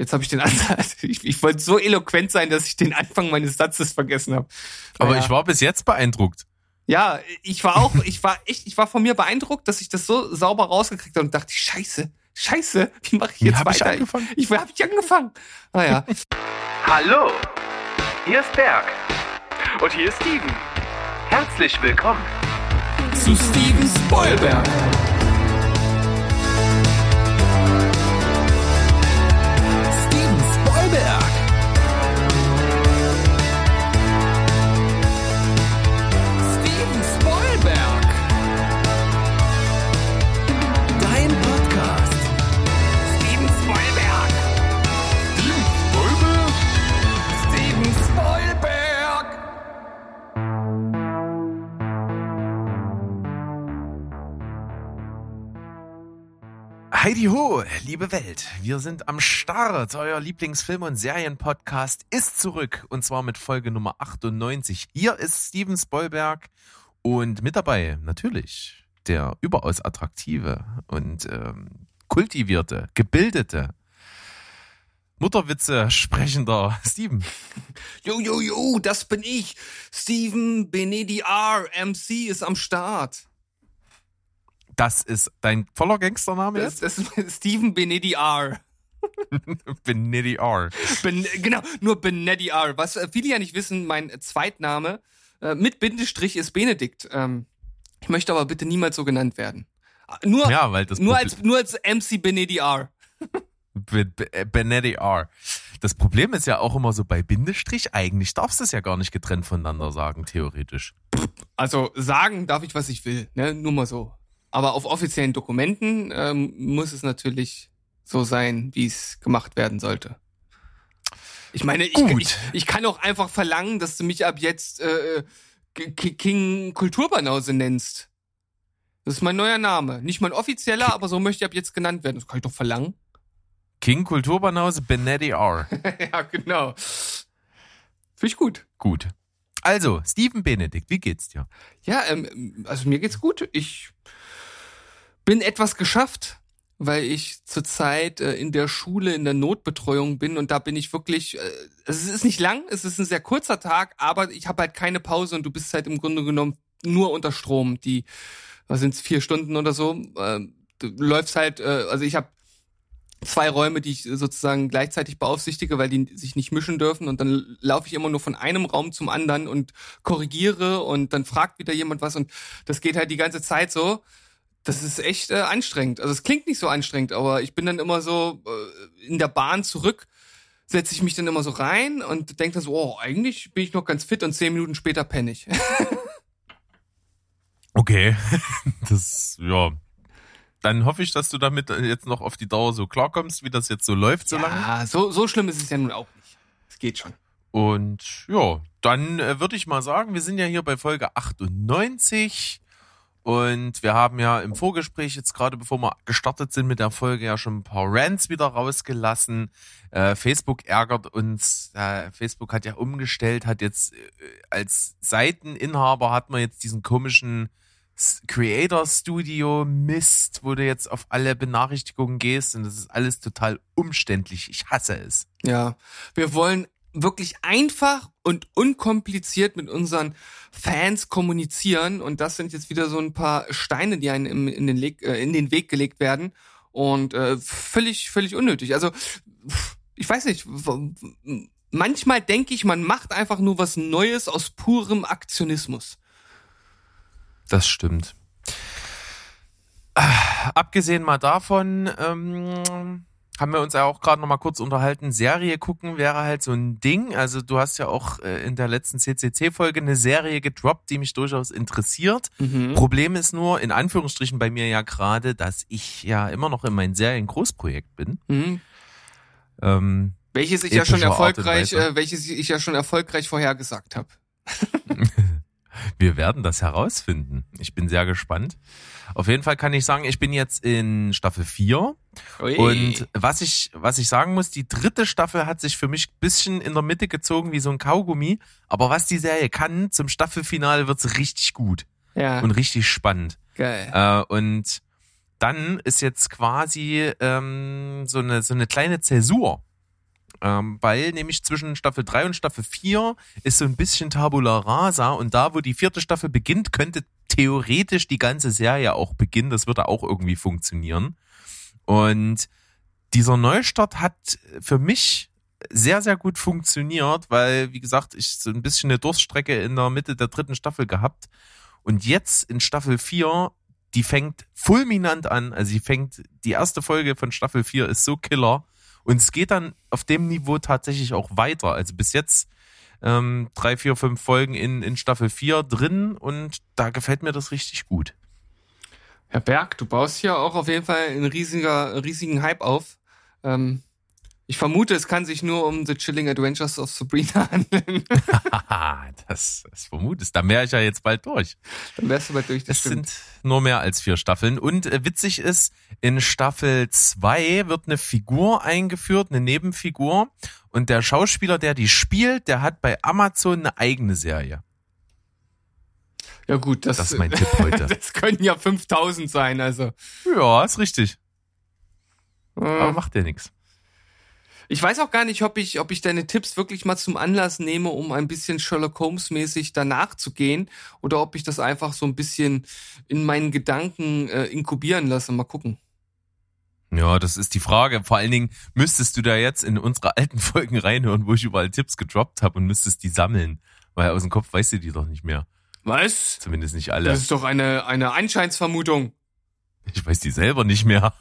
Jetzt habe ich den Ansatz. Ich wollte so eloquent sein, dass ich den Anfang meines Satzes vergessen habe. Aber ich war bis jetzt beeindruckt. Ja, ich war von mir beeindruckt, dass ich das so sauber rausgekriegt habe und dachte, Scheiße, wie mache ich jetzt weiter? Ich habe nicht angefangen. Naja. Hallo, hier ist Berg. Und hier ist Steven. Herzlich willkommen zu Steven Spoilberg. Heidi ho, liebe Welt, wir sind am Start. Euer Lieblingsfilm- und Serienpodcast ist zurück und zwar mit Folge Nummer 98. Hier ist Steven Spoilberg und mit dabei natürlich der überaus attraktive und kultivierte, gebildete, Mutterwitze sprechender Steven. Jo, das bin ich. Steven Benediar, MC ist am Start. Das ist dein voller Gangstername jetzt? Das ist Steven Benediar. Benediar. Genau, nur Benediar. Was viele ja nicht wissen, mein Zweitname mit Bindestrich ist Benedikt. Ich möchte aber bitte niemals so genannt werden. Nur als MC Benediar. Benediar. Das Problem ist ja auch immer so bei Bindestrich, eigentlich darfst du es ja gar nicht getrennt voneinander sagen, theoretisch. Also sagen darf ich, was ich will, ne? Nur mal so. Aber auf offiziellen Dokumenten muss es natürlich so sein, wie es gemacht werden sollte. Ich meine, ich kann auch einfach verlangen, dass du mich ab jetzt King Kulturbanause nennst. Das ist mein neuer Name. Nicht mein offizieller, aber so möchte ich ab jetzt genannt werden. Das kann ich doch verlangen. King Kulturbanause Benediar. Ja, genau. Finde ich gut. Gut. Also, Steven Benedikt, wie geht's dir? Ja, also mir geht's gut. Ich bin etwas geschafft, weil ich zurzeit in der Schule in der Notbetreuung bin und da bin ich wirklich, es ist nicht lang, es ist ein sehr kurzer Tag, aber ich habe halt keine Pause und du bist halt im Grunde genommen nur unter Strom. Was sind's, 4 Stunden oder so? Du läufst halt, also ich habe 2 Räume, die ich sozusagen gleichzeitig beaufsichtige, weil die sich nicht mischen dürfen und dann laufe ich immer nur von einem Raum zum anderen und korrigiere und dann fragt wieder jemand was und das geht halt die ganze Zeit so. Das ist echt anstrengend. Also es klingt nicht so anstrengend, aber ich bin dann immer so in der Bahn zurück, setze ich mich dann immer so rein und denke dann so, oh, eigentlich bin ich noch ganz fit und 10 Minuten später penne ich. Okay, ja. Dann hoffe ich, dass du damit jetzt noch auf die Dauer so klarkommst, wie das jetzt so läuft so lange. Ja, so schlimm ist es ja nun auch nicht. Es geht schon. Und ja, dann würde ich mal sagen, wir sind ja hier bei Folge 98. Und wir haben ja im Vorgespräch jetzt gerade, bevor wir gestartet sind mit der Folge, ja schon ein paar Rants wieder rausgelassen. Facebook ärgert uns. Facebook hat ja umgestellt, hat jetzt als Seiteninhaber hat man jetzt diesen komischen Creator Studio Mist, wo du jetzt auf alle Benachrichtigungen gehst und das ist alles total umständlich. Ich hasse es. Ja, wir wollen wirklich einfach und unkompliziert mit unseren Fans kommunizieren und das sind jetzt wieder so ein paar Steine, die einem in den Weg gelegt werden und völlig unnötig. Also ich weiß nicht, manchmal denke ich, man macht einfach nur was Neues aus purem Aktionismus. Das stimmt. Abgesehen mal davon haben wir uns ja auch gerade noch mal kurz unterhalten, Serie gucken wäre halt so ein Ding. Also du hast ja auch in der letzten CCC-Folge eine Serie gedroppt, die mich durchaus interessiert. Mhm. Problem ist nur, in Anführungsstrichen bei mir ja gerade, dass ich ja immer noch in meinem Serien-Großprojekt bin. Mhm. Welches ich ja schon erfolgreich vorhergesagt habe. Wir werden das herausfinden. Ich bin sehr gespannt. Auf jeden Fall kann ich sagen, ich bin jetzt in Staffel 4. Ui. Und was ich sagen muss, die 3. Staffel hat sich für mich ein bisschen in der Mitte gezogen wie so ein Kaugummi. Aber was die Serie kann, zum Staffelfinale wird's richtig gut. Ja. Und richtig spannend. Geil. Und dann ist jetzt quasi so eine kleine Zäsur. weil nämlich zwischen Staffel 3 und Staffel 4 ist so ein bisschen Tabula Rasa und da, wo die 4. Staffel beginnt, könnte theoretisch die ganze Serie auch beginnen. Das würde auch irgendwie funktionieren. Und dieser Neustart hat für mich sehr, sehr gut funktioniert, weil, wie gesagt, ich so ein bisschen eine Durststrecke in der Mitte der 3. Staffel gehabt. Und jetzt in Staffel 4, die fängt fulminant an. Also die erste Folge von Staffel 4 ist so killer. Und es geht dann auf dem Niveau tatsächlich auch weiter. Also bis jetzt 3, 4, 5 Folgen in Staffel 4 drin und da gefällt mir das richtig gut. Herr Berg, du baust hier auch auf jeden Fall einen riesigen Hype auf. Ich vermute, es kann sich nur um The Chilling Adventures of Sabrina handeln. das vermutest. Da wäre ich ja jetzt bald durch. Dann wärst du bald durch, das stimmt. Es sind nur mehr als 4 Staffeln. Und witzig ist, in Staffel 2 wird eine Figur eingeführt, eine Nebenfigur. Und der Schauspieler, der die spielt, der hat bei Amazon eine eigene Serie. Ja gut, das ist mein Tipp heute. Das können ja 5000 sein, also. Ja, ist richtig. Aber macht ja nichts. Ich weiß auch gar nicht, ob ich deine Tipps wirklich mal zum Anlass nehme, um ein bisschen Sherlock Holmes-mäßig danach zu gehen, oder ob ich das einfach so ein bisschen in meinen Gedanken inkubieren lasse. Mal gucken. Ja, das ist die Frage. Vor allen Dingen müsstest du da jetzt in unsere alten Folgen reinhören, wo ich überall Tipps gedroppt habe und müsstest die sammeln. Weil aus dem Kopf weißt du die doch nicht mehr. Was? Zumindest nicht alle. Das ist doch eine Anscheinsvermutung. Ich weiß die selber nicht mehr.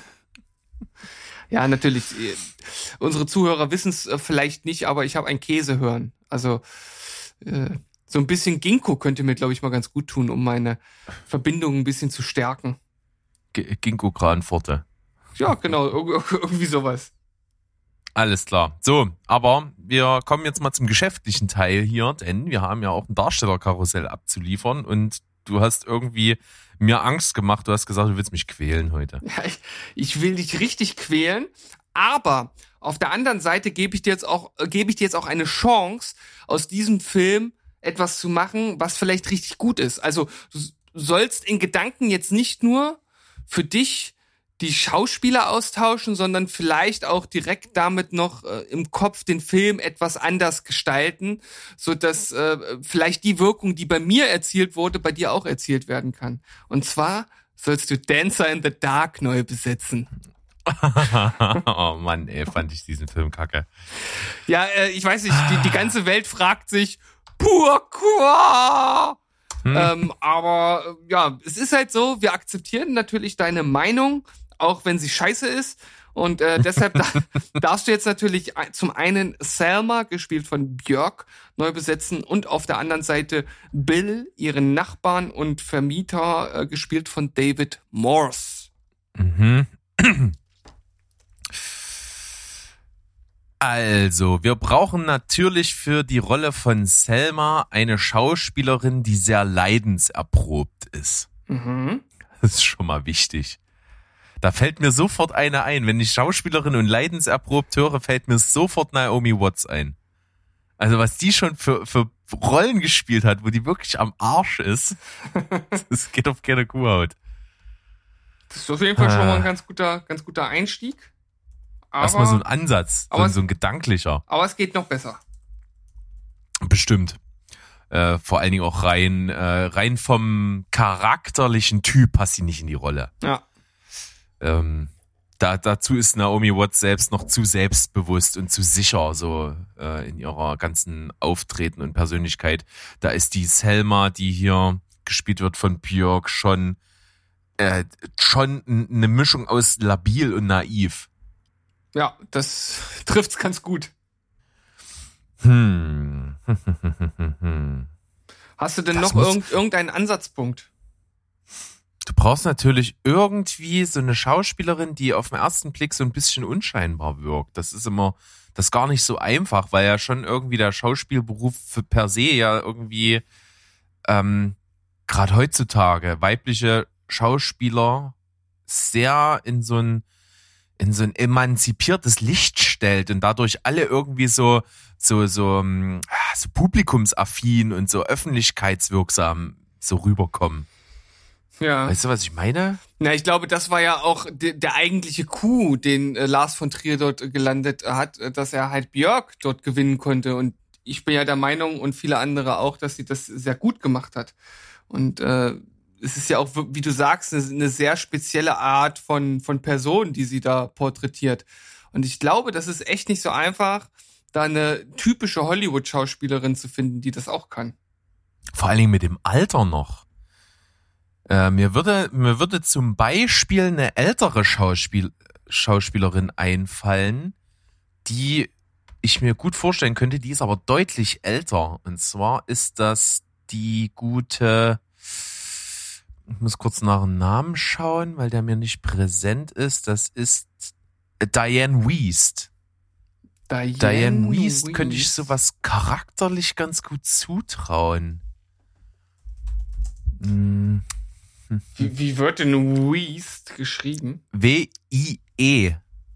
Ja, natürlich. Unsere Zuhörer wissen es vielleicht nicht, aber ich habe ein Käsehören. Also so ein bisschen Ginkgo könnte mir, glaube ich, mal ganz gut tun, um meine Verbindung ein bisschen zu stärken. Ginkgo Granforte. Ja, genau. Irgendwie sowas. Alles klar. So, aber wir kommen jetzt mal zum geschäftlichen Teil hier, denn wir haben ja auch ein Darstellerkarussell abzuliefern und du hast irgendwie mir Angst gemacht. Du hast gesagt, du willst mich quälen heute. Ja, ich will dich richtig quälen, aber auf der anderen Seite gebe ich dir jetzt auch eine Chance, aus diesem Film etwas zu machen, was vielleicht richtig gut ist. Also du sollst in Gedanken jetzt nicht nur für dich die Schauspieler austauschen, sondern vielleicht auch direkt damit noch im Kopf den Film etwas anders gestalten, so dass vielleicht die Wirkung, die bei mir erzielt wurde, bei dir auch erzielt werden kann. Und zwar sollst du Dancer in the Dark neu besetzen. Oh Mann, ey, fand ich diesen Film kacke. Ja, ich weiß nicht, die ganze Welt fragt sich, pourquoi? Aber ja, es ist halt so, wir akzeptieren natürlich deine Meinung, auch wenn sie scheiße ist. Und deshalb darfst du jetzt natürlich zum einen Selma, gespielt von Björk, neu besetzen und auf der anderen Seite Bill, ihren Nachbarn und Vermieter, gespielt von David Morse. Mhm. Also, wir brauchen natürlich für die Rolle von Selma eine Schauspielerin, die sehr leidenserprobt ist. Mhm. Das ist schon mal wichtig. Da fällt mir sofort eine ein. Wenn ich Schauspielerin und leidenserprobt höre, fällt mir sofort Naomi Watts ein. Also was die schon für Rollen gespielt hat, wo die wirklich am Arsch ist, das geht auf keine Kuhhaut. Das ist auf jeden Fall schon mal ein ganz guter Einstieg. Erstmal so ein Ansatz, so ein gedanklicher. Aber es geht noch besser. Bestimmt. Vor allen Dingen auch rein vom charakterlichen Typ passt sie nicht in die Rolle. Ja. Dazu ist Naomi Watts selbst noch zu selbstbewusst und zu sicher so in ihrer ganzen Auftreten und Persönlichkeit. Da ist die Selma, die hier gespielt wird von Björk, schon eine Mischung aus labil und naiv. Ja, das trifft's ganz gut. Hast du denn noch irgendeinen Ansatzpunkt? Du brauchst natürlich irgendwie so eine Schauspielerin, die auf den ersten Blick so ein bisschen unscheinbar wirkt. Das ist gar nicht so einfach, weil ja schon irgendwie der Schauspielberuf per se ja irgendwie gerade heutzutage weibliche Schauspieler sehr in so ein emanzipiertes Licht stellt und dadurch alle irgendwie so publikumsaffin und so öffentlichkeitswirksam so rüberkommen. Ja. Weißt du, was ich meine? Na, ich glaube, das war ja auch der eigentliche Coup, den Lars von Trier dort gelandet hat, dass er halt Björk dort gewinnen konnte. Und ich bin ja der Meinung und viele andere auch, dass sie das sehr gut gemacht hat. Und es ist ja auch, wie du sagst, eine sehr spezielle Art von Person, die sie da porträtiert. Und ich glaube, das ist echt nicht so einfach, da eine typische Hollywood-Schauspielerin zu finden, die das auch kann. Vor allen Dingen mit dem Alter noch. Mir würde zum Beispiel eine ältere Schauspielerin einfallen, die ich mir gut vorstellen könnte, die ist aber deutlich älter. Und zwar ist das die gute, ich muss kurz nach dem Namen schauen, weil der mir nicht präsent ist. Das ist Diane Wiest. Diane Wiest könnte ich sowas charakterlich ganz gut zutrauen. Wie wird denn Wiest geschrieben? W-I-E.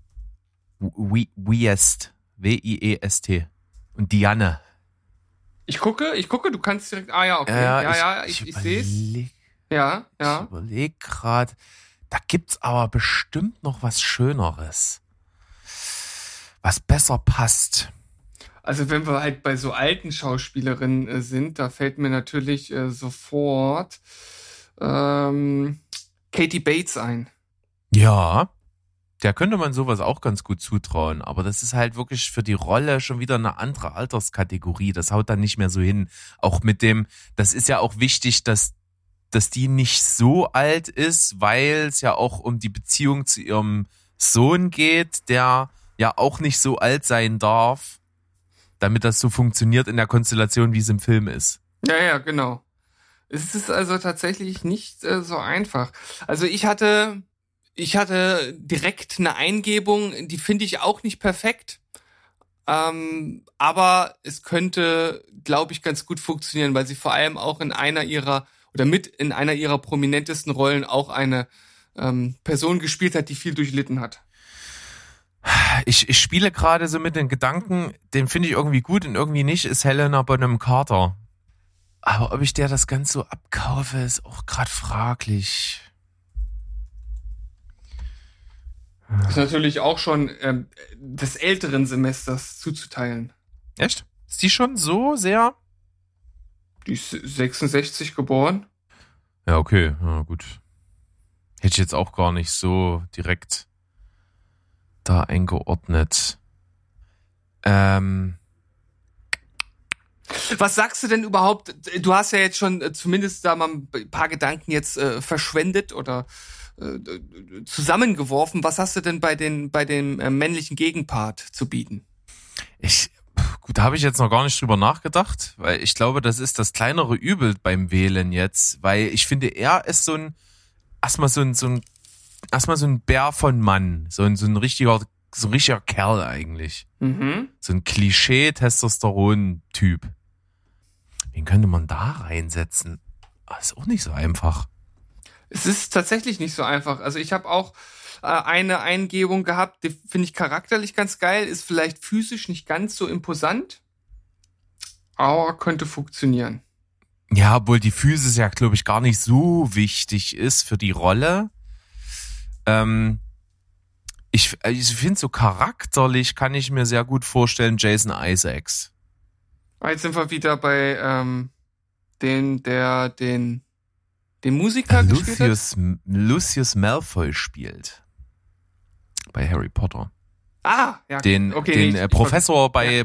Wiest. W-I-E-S-T. Und Diane. Ich gucke, du kannst direkt, ja, okay. Ich sehe es. Ja. Ich überlege gerade, da gibt's aber bestimmt noch was Schöneres. Was besser passt. Also wenn wir halt bei so alten Schauspielerinnen sind, da fällt mir natürlich sofort Katie Bates ein. Ja, der könnte man sowas auch ganz gut zutrauen, aber das ist halt wirklich für die Rolle schon wieder eine andere Alterskategorie. Das haut dann nicht mehr so hin. Auch mit dem, das ist ja auch wichtig, dass die nicht so alt ist, weil es ja auch um die Beziehung zu ihrem Sohn geht, der ja auch nicht so alt sein darf, damit das so funktioniert in der Konstellation, wie es im Film ist. Ja, genau. Es ist also tatsächlich nicht so einfach. Also ich hatte direkt eine Eingebung, die finde ich auch nicht perfekt. Aber es könnte, glaube ich, ganz gut funktionieren, weil sie vor allem auch in einer ihrer prominentesten Rollen auch eine Person gespielt hat, die viel durchlitten hat. Ich spiele gerade so mit den Gedanken, den finde ich irgendwie gut und irgendwie nicht, ist Helena Bonham Carter. Aber ob ich der das ganz so abkaufe, ist auch gerade fraglich. Ist natürlich auch schon des älteren Semesters zuzuteilen. Echt? Ist die schon so sehr? Die ist 66 geboren. Ja, okay, ja, gut. Hätte ich jetzt auch gar nicht so direkt da eingeordnet. Was sagst du denn überhaupt? Du hast ja jetzt schon zumindest da mal ein paar Gedanken jetzt verschwendet oder zusammengeworfen. Was hast du denn bei dem männlichen Gegenpart zu bieten? Gut, da habe ich jetzt noch gar nicht drüber nachgedacht, weil ich glaube, das ist das kleinere Übel beim Wählen jetzt, weil ich finde, er ist erstmal so ein Bär von Mann, so ein richtiger Kerl eigentlich. Mhm. So ein Klischee-Testosteron-Typ. Wen könnte man da reinsetzen? Ist auch nicht so einfach. Es ist tatsächlich nicht so einfach. Also ich habe auch eine Eingebung gehabt, die finde ich charakterlich ganz geil, ist vielleicht physisch nicht ganz so imposant, aber könnte funktionieren. Ja, obwohl die Physis ja, glaube ich, gar nicht so wichtig ist für die Rolle. Ich finde, so charakterlich kann ich mir sehr gut vorstellen, Jason Isaacs. Jetzt sind wir wieder bei den Musiker gespielt hat. Lucius Malfoy spielt. Bei Harry Potter. Ja. Den Professor bei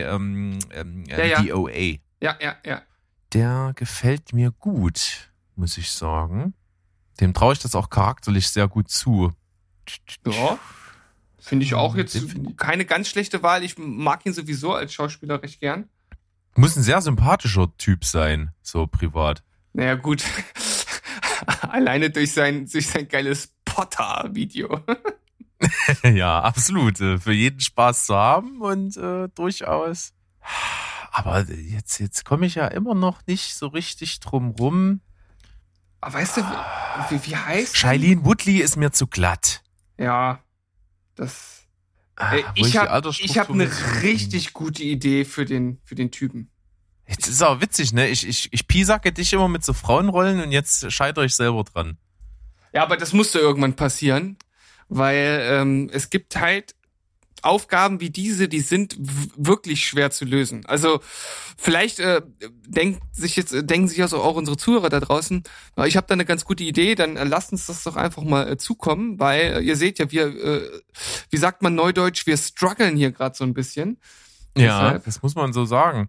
DOA. Ja. Der gefällt mir gut, muss ich sagen. Dem traue ich das auch charakterlich sehr gut zu. Ja, finde ich auch jetzt keine ganz schlechte Wahl. Ich mag ihn sowieso als Schauspieler recht gern. Muss ein sehr sympathischer Typ sein, so privat. Naja, gut. Alleine durch sein geiles Potter-Video. Ja, absolut. Für jeden Spaß zu haben und durchaus. Aber jetzt komme ich ja immer noch nicht so richtig drum rum. Aber weißt du, wie heißt Shailene Woodley ist mir zu glatt. Ja, das. Ich habe eine richtig gute Idee für den Typen. Jetzt ist auch witzig, ne? Ich piesacke dich immer mit so Frauenrollen und jetzt scheitere ich selber dran. Ja, aber das musste irgendwann passieren, weil es gibt halt Aufgaben wie diese, die sind wirklich schwer zu lösen. Also vielleicht denken sich also auch unsere Zuhörer da draußen, ich habe da eine ganz gute Idee, dann lasst uns das doch einfach mal zukommen, weil ihr seht ja, wie sagt man neudeutsch, wir strugglen hier gerade so ein bisschen. Ja, Deshalb. das muss man so sagen.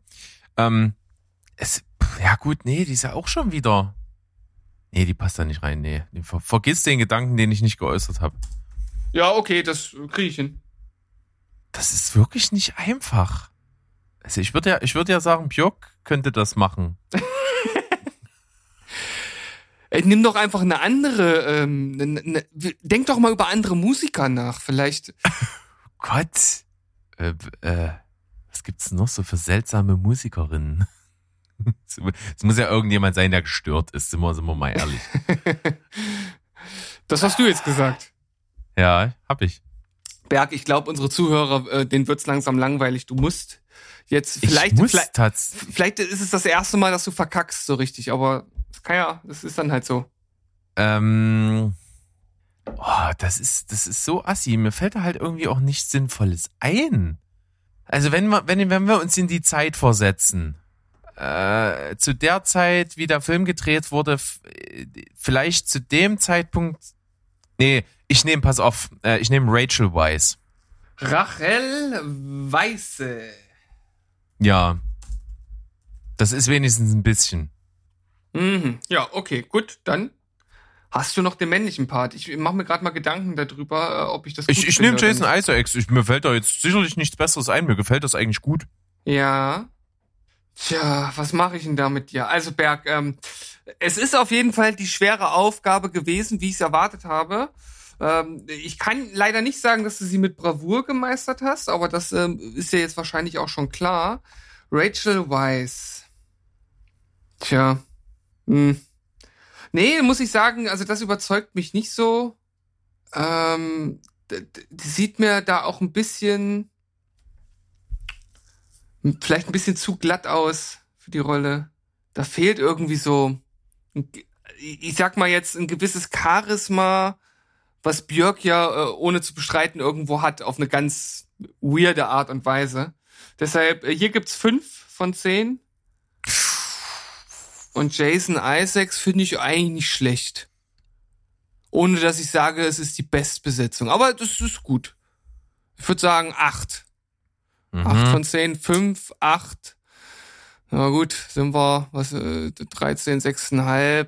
Ja gut, nee, die ist ja auch schon wieder... Nee, die passt da nicht rein, nee. Vergiss den Gedanken, den ich nicht geäußert habe. Ja, okay, das kriege ich hin. Das ist wirklich nicht einfach. Also ich würde ja sagen, Björk könnte das machen. Nimm doch einfach eine andere, denk doch mal über andere Musiker nach, vielleicht. Gott. Was gibt's noch so für seltsame Musikerinnen? Es muss ja irgendjemand sein, der gestört ist, sind wir mal ehrlich. Das hast du jetzt gesagt. Ja, hab ich. Berg, ich glaube, unsere Zuhörer, denen wird's langsam langweilig. Du musst jetzt vielleicht ist es das erste Mal, dass du verkackst so richtig, aber das ist dann halt so. Das ist so assi. Mir fällt da halt irgendwie auch nichts Sinnvolles ein. Also wenn wir uns in die Zeit versetzen, zu der Zeit, wie der Film gedreht wurde, vielleicht zu dem Zeitpunkt. Nee, ich nehme Rachel Weisz. Rachel Weisze. Ja. Das ist wenigstens ein bisschen. Mhm. Ja, okay, gut, dann hast du noch den männlichen Part. Ich mache mir gerade mal Gedanken darüber, ob ich das gut Ich nehme Jason Isaacs. Mir fällt da jetzt sicherlich nichts Besseres ein. Mir gefällt das eigentlich gut. Ja. Tja, was mache ich denn da mit dir? Also Berg, es ist auf jeden Fall die schwere Aufgabe gewesen, wie ich es erwartet habe. Ich kann leider nicht sagen, dass du sie mit Bravour gemeistert hast, aber das ist ja jetzt wahrscheinlich auch schon klar. Rachel Weisz. Tja. Nee, muss ich sagen, also das überzeugt mich nicht so. Die sieht mir da auch vielleicht ein bisschen zu glatt aus für die Rolle. Da fehlt irgendwie so, ich sag mal jetzt, ein gewisses Charisma, was Björk ja, ohne zu bestreiten, irgendwo hat, auf eine ganz weirde Art und Weise. Deshalb, hier gibt's 5 von 10. Und Jason Isaacs finde ich eigentlich nicht schlecht. Ohne dass ich sage, es ist die Bestbesetzung. Aber das ist gut. Ich würde sagen 8. 8 von 10, 5, 8. Na gut, sind wir, 13, 6,5.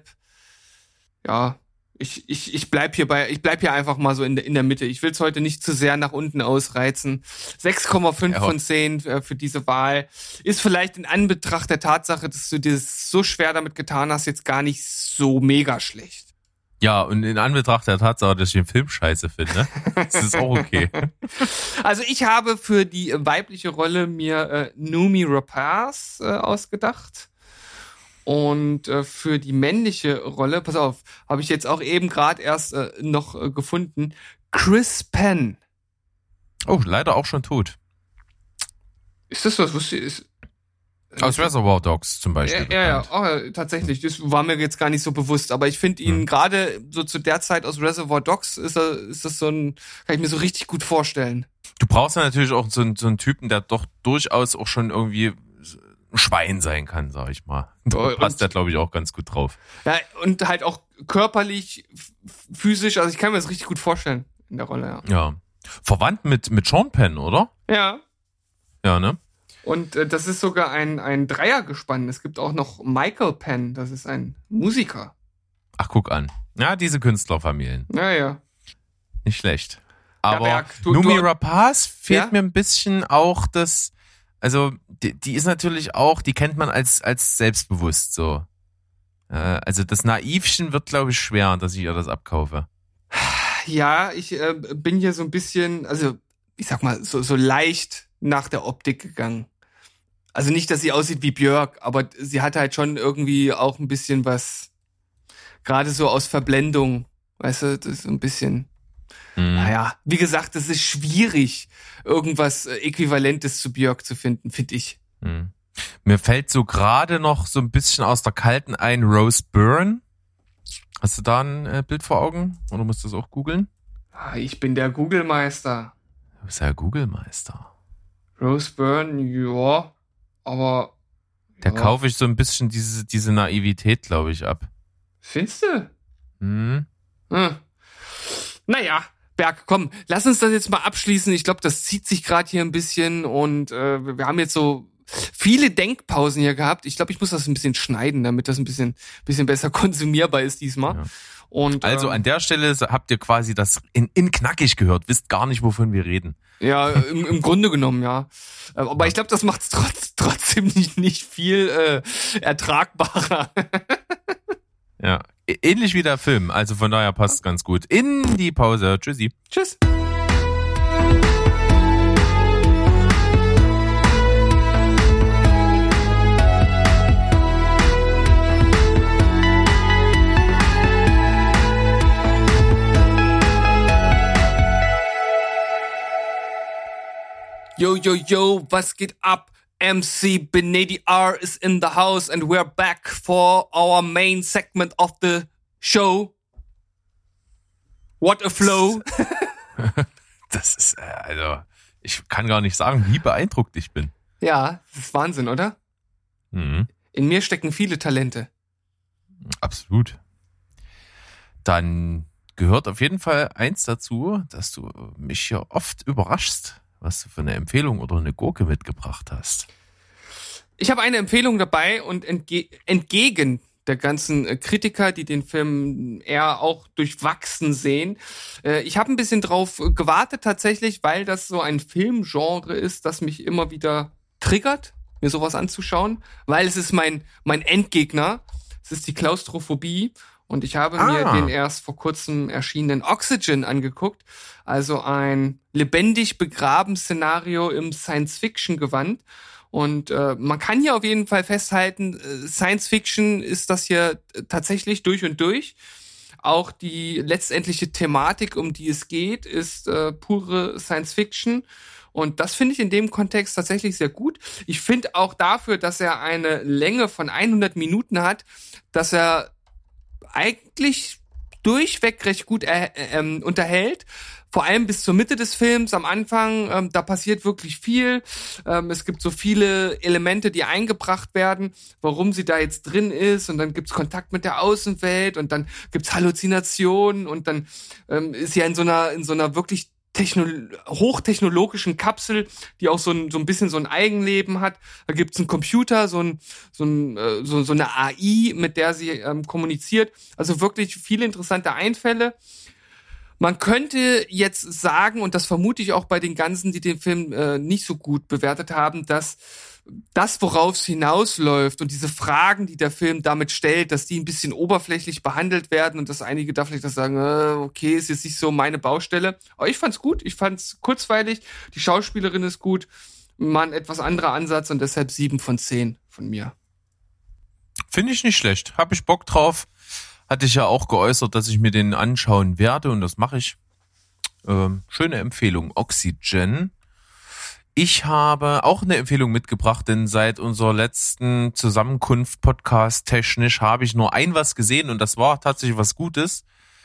Ja, ich bleib hier einfach mal so in der Mitte. Ich will es heute nicht zu sehr nach unten ausreizen. 6,5 von 10 für diese Wahl. Ist vielleicht in Anbetracht der Tatsache, dass du dir so schwer damit getan hast, jetzt gar nicht so mega schlecht. Ja, und in Anbetracht der Tatsache, dass ich den Film scheiße finde, ist es auch okay. Also ich habe für die weibliche Rolle mir Noomi Rapace ausgedacht. Und für die männliche Rolle, pass auf, habe ich jetzt auch eben gerade erst noch gefunden, Chris Penn. Oh, leider auch schon tot. Ist das was? Wusste ich? Aus Reservoir Dogs zum Beispiel. Ja, tatsächlich. Das war mir jetzt gar nicht so bewusst. Aber ich finde ihn gerade so zu der Zeit aus Reservoir Dogs ist das so kann ich mir so richtig gut vorstellen. Du brauchst ja natürlich auch so einen Typen, der doch durchaus auch schon irgendwie ein Schwein sein kann, sag ich mal. Da passt der, glaube ich, auch ganz gut drauf. Ja, und halt auch körperlich, physisch. Also ich kann mir das richtig gut vorstellen in der Rolle, ja. Verwandt mit Sean Penn, oder? Ja. Ja, ne? Und das ist sogar ein Dreiergespann. Es gibt auch noch Michael Penn, das ist ein Musiker. Ach, guck an. Ja, diese Künstlerfamilien. Ja. Nicht schlecht. Aber ja, Noomi Rapace fehlt mir ein bisschen auch das, also die ist natürlich auch, die kennt man als selbstbewusst so. Also das Naivchen wird, glaube ich, schwer, dass ich ihr das abkaufe. Ja, ich bin hier so ein bisschen, also ich sag mal, so leicht nach der Optik gegangen. Also nicht, dass sie aussieht wie Björk, aber sie hat halt schon irgendwie auch ein bisschen was, gerade so aus Verblendung, weißt du, das ist so ein bisschen, naja, wie gesagt, es ist schwierig, irgendwas Äquivalentes zu Björk zu finden, finde ich. Mir fällt so gerade noch so ein bisschen aus der Kalten ein Rose Byrne. Hast du da ein Bild vor Augen? Oder musst du das auch googeln? Ich bin der Google-Meister. Du bist ja Google-Meister. Rose Byrne, ja, aber... Da kaufe ich so ein bisschen diese Naivität, glaube ich, ab. Findest du? Hm. Naja, Berg, komm, lass uns das jetzt mal abschließen. Ich glaube, das zieht sich gerade hier ein bisschen und wir haben jetzt so viele Denkpausen hier gehabt. Ich glaube, ich muss das ein bisschen schneiden, damit das ein bisschen besser konsumierbar ist diesmal. Ja. Und, also an der Stelle habt ihr quasi das in knackig gehört, wisst gar nicht, wovon wir reden. Ja, im Grunde genommen, ja. Aber ich glaube, das macht es trotzdem nicht viel ertragbarer. Ja, ähnlich wie der Film, also von daher passt es ganz gut. In die Pause, tschüssi. Tschüss. Yo, yo, yo, was geht ab? MC Benedi R is in the house and we're back for our main segment of the show. What a flow. Das ist, also, ich kann gar nicht sagen, wie beeindruckt ich bin. Ja, das ist Wahnsinn, oder? Mhm. In mir stecken viele Talente. Absolut. Dann gehört auf jeden Fall eins dazu, dass du mich hier oft überraschst, was du für eine Empfehlung oder eine Gurke mitgebracht hast. Ich habe eine Empfehlung dabei und entgegen der ganzen Kritiker, die den Film eher auch durchwachsen sehen, ich habe ein bisschen drauf gewartet tatsächlich, weil das so ein Filmgenre ist, das mich immer wieder triggert, mir sowas anzuschauen, weil es ist mein Endgegner. Es ist die Klaustrophobie. Und ich habe mir den erst vor kurzem erschienenen Oxygen angeguckt. Also ein lebendig begraben Szenario im Science-Fiction-Gewand. Und man kann hier auf jeden Fall festhalten, Science-Fiction ist das hier tatsächlich durch und durch. Auch die letztendliche Thematik, um die es geht, ist pure Science-Fiction. Und das finde ich in dem Kontext tatsächlich sehr gut. Ich finde auch dafür, dass er eine Länge von 100 Minuten hat, dass er eigentlich durchweg recht gut unterhält. Vor allem bis zur Mitte des Films, am Anfang, da passiert wirklich viel. Es gibt so viele Elemente, die eingebracht werden, warum sie da jetzt drin ist. Und dann gibt's Kontakt mit der Außenwelt und dann gibt's Halluzinationen und dann ist sie ja in so einer wirklich hochtechnologischen Kapsel, die auch so ein bisschen so ein Eigenleben hat. Da gibt's einen Computer, so eine AI, mit der sie kommuniziert. Also wirklich viele interessante Einfälle. Man könnte jetzt sagen, und das vermute ich auch bei den ganzen, die den Film nicht so gut bewertet haben, dass das, worauf es hinausläuft und diese Fragen, die der Film damit stellt, dass die ein bisschen oberflächlich behandelt werden und dass einige da vielleicht das sagen, okay, ist jetzt nicht so meine Baustelle. Aber ich fand's gut, ich fand's kurzweilig, die Schauspielerin ist gut, mal ein etwas anderer Ansatz und deshalb 7 von 10 von mir. Finde ich nicht schlecht, hab ich Bock drauf. Hatte ich ja auch geäußert, dass ich mir den anschauen werde und das mache ich. Schöne Empfehlung, Oxygen. Ich habe auch eine Empfehlung mitgebracht, denn seit unserer letzten Zusammenkunft Podcast technisch habe ich nur was gesehen und das war tatsächlich was Gutes.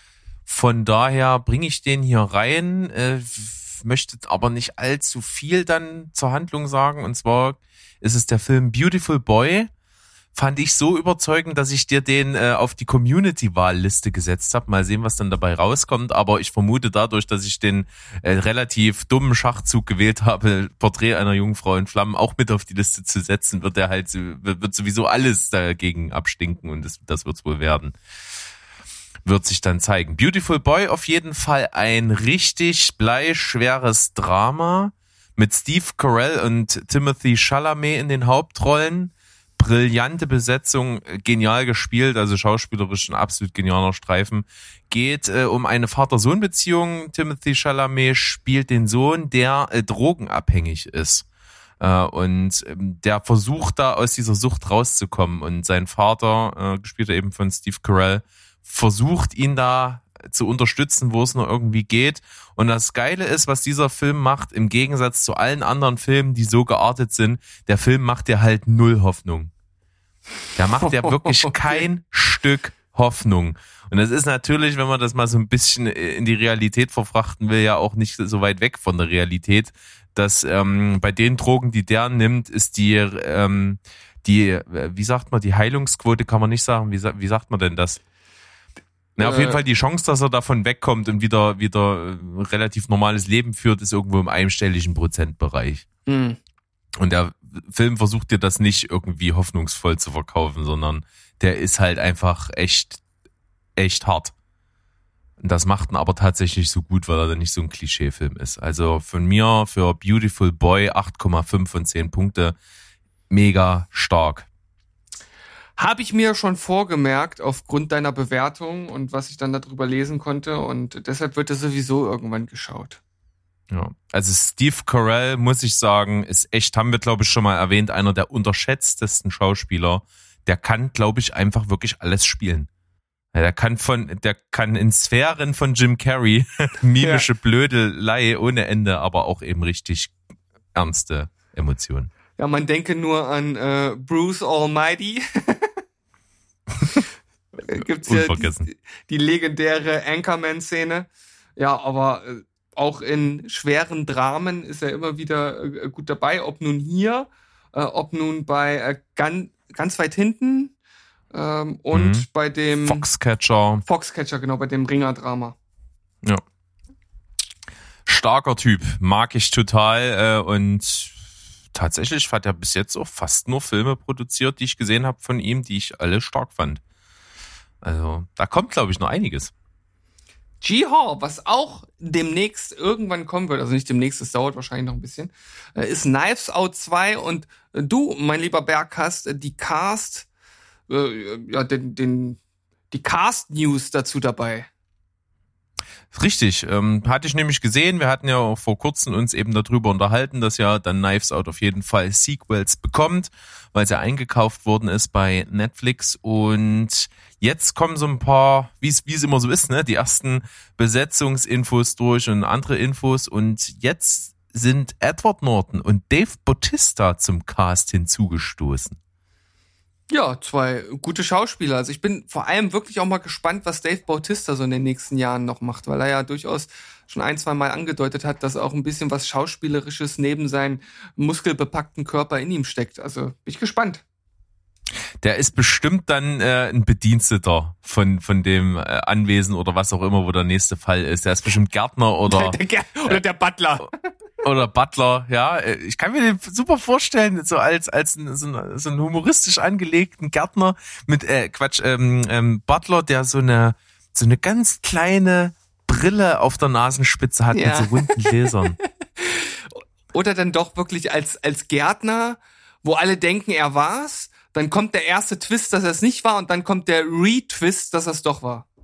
Von daher bringe ich den hier rein, möchte aber nicht allzu viel dann zur Handlung sagen. Und zwar ist es der Film Beautiful Boy. Fand ich so überzeugend, dass ich dir den auf die Community-Wahlliste gesetzt habe. Mal sehen, was dann dabei rauskommt. Aber ich vermute dadurch, dass ich den relativ dummen Schachzug gewählt habe, Porträt einer Jungfrau in Flammen auch mit auf die Liste zu setzen, wird sowieso alles dagegen abstinken und das wird's wohl werden. Wird sich dann zeigen. Beautiful Boy auf jeden Fall ein richtig bleischweres Drama mit Steve Carell und Timothée Chalamet in den Hauptrollen. Brillante Besetzung, genial gespielt, also schauspielerisch ein absolut genialer Streifen. Geht um eine Vater-Sohn-Beziehung. Timothée Chalamet spielt den Sohn, der drogenabhängig ist. Und der versucht da aus dieser Sucht rauszukommen. Und sein Vater, gespielt eben von Steve Carell, versucht ihn da zu unterstützen, wo es nur irgendwie geht. Und das Geile ist, was dieser Film macht, im Gegensatz zu allen anderen Filmen, die so geartet sind, der Film macht dir halt null Hoffnung. Der macht ja wirklich kein Stück Hoffnung. Und das ist natürlich, wenn man das mal so ein bisschen in die Realität verfrachten will, ja auch nicht so weit weg von der Realität, dass bei den Drogen, die der nimmt, ist die, wie sagt man, die Heilungsquote kann man nicht sagen. Wie sagt man denn das? Na, auf jeden Fall die Chance, dass er davon wegkommt und wieder relativ normales Leben führt, ist irgendwo im einstelligen Prozentbereich. Mhm. Und der Film versucht dir das nicht irgendwie hoffnungsvoll zu verkaufen, sondern der ist halt einfach echt hart. Und das macht ihn aber tatsächlich so gut, weil er dann nicht so ein Klischeefilm ist. Also von mir für Beautiful Boy 8,5 von 10 Punkte. Mega stark. Habe ich mir schon vorgemerkt aufgrund deiner Bewertung und was ich dann darüber lesen konnte, und deshalb wird er sowieso irgendwann geschaut. Ja, also Steve Carell, muss ich sagen, ist echt, haben wir glaube ich schon mal erwähnt, einer der unterschätztesten Schauspieler. Der kann, glaube ich, einfach wirklich alles spielen. Ja, der kann in Sphären von Jim Carrey mimische Blödelei ohne Ende, aber auch eben richtig ernste Emotionen. Ja, man denke nur an Bruce Almighty. Gibt's ja die legendäre Anchorman-Szene. Ja, aber auch in schweren Dramen ist er immer wieder gut dabei. Ob nun hier, ob nun bei ganz weit hinten und bei dem Foxcatcher, genau, bei dem Ringer-Drama. Ja. Starker Typ, mag ich total und tatsächlich hat er bis jetzt auch fast nur Filme produziert, die ich gesehen habe von ihm, die ich alle stark fand. Also da kommt, glaube ich, noch einiges. G-Haw, was auch demnächst irgendwann kommen wird, also nicht demnächst, es dauert wahrscheinlich noch ein bisschen, ist Knives Out 2 und du, mein lieber Berg, hast die die Cast-News dazu dabei. Richtig, hatte ich nämlich gesehen, wir hatten ja auch vor kurzem uns eben darüber unterhalten, dass ja dann Knives Out auf jeden Fall Sequels bekommt, weil es ja eingekauft worden ist bei Netflix, und jetzt kommen so ein paar, wie es immer so ist, ne, die ersten Besetzungsinfos durch und andere Infos, und jetzt sind Edward Norton und Dave Bautista zum Cast hinzugestoßen. Ja, 2 gute Schauspieler. Also ich bin vor allem wirklich auch mal gespannt, was Dave Bautista so in den nächsten Jahren noch macht, weil er ja durchaus schon 1-2 Mal angedeutet hat, dass auch ein bisschen was Schauspielerisches neben seinem muskelbepackten Körper in ihm steckt. Also bin ich gespannt. Der ist bestimmt dann ein Bediensteter von dem Anwesen oder was auch immer, wo der nächste Fall ist. Der ist bestimmt Gärtner oder der Butler. Oder Butler, ja. Ich kann mir den super vorstellen, so als so einen humoristisch angelegten Gärtner mit Butler, der so eine ganz kleine Brille auf der Nasenspitze hat, mit so runden Gläsern. Oder dann doch wirklich als Gärtner, wo alle denken, er war's. Dann kommt der erste Twist, dass er es nicht war, und dann kommt der Re-Twist, dass er es doch war.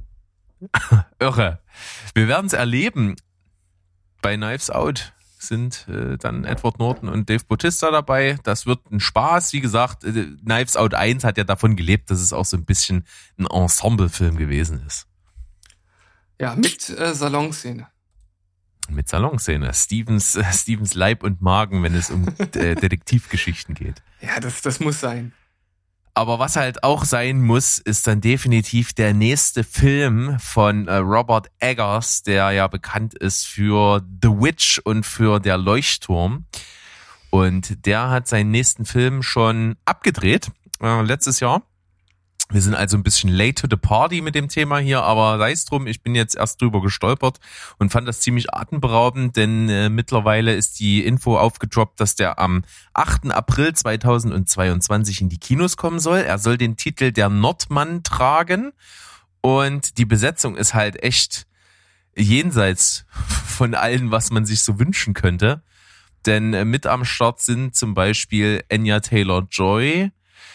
Irre. Wir werden es erleben. Bei Knives Out sind dann Edward Norton und Dave Bautista dabei. Das wird ein Spaß. Wie gesagt, Knives Out 1 hat ja davon gelebt, dass es auch so ein bisschen ein Ensemble-Film gewesen ist. Ja, mit Salonszene. Mit Salonszene. Stevens Leib und Magen, wenn es um Detektivgeschichten geht. Ja, das muss sein. Aber was halt auch sein muss, ist dann definitiv der nächste Film von Robert Eggers, der ja bekannt ist für The Witch und für Der Leuchtturm. Und der hat seinen nächsten Film schon abgedreht, letztes Jahr. Wir sind also ein bisschen late to the party mit dem Thema hier, aber sei es drum, ich bin jetzt erst drüber gestolpert und fand das ziemlich atemberaubend, denn mittlerweile ist die Info aufgedroppt, dass der am 8. April 2022 in die Kinos kommen soll. Er soll den Titel Der Nordmann tragen, und die Besetzung ist halt echt jenseits von allem, was man sich so wünschen könnte. Denn mit am Start sind zum Beispiel Anya Taylor-Joy,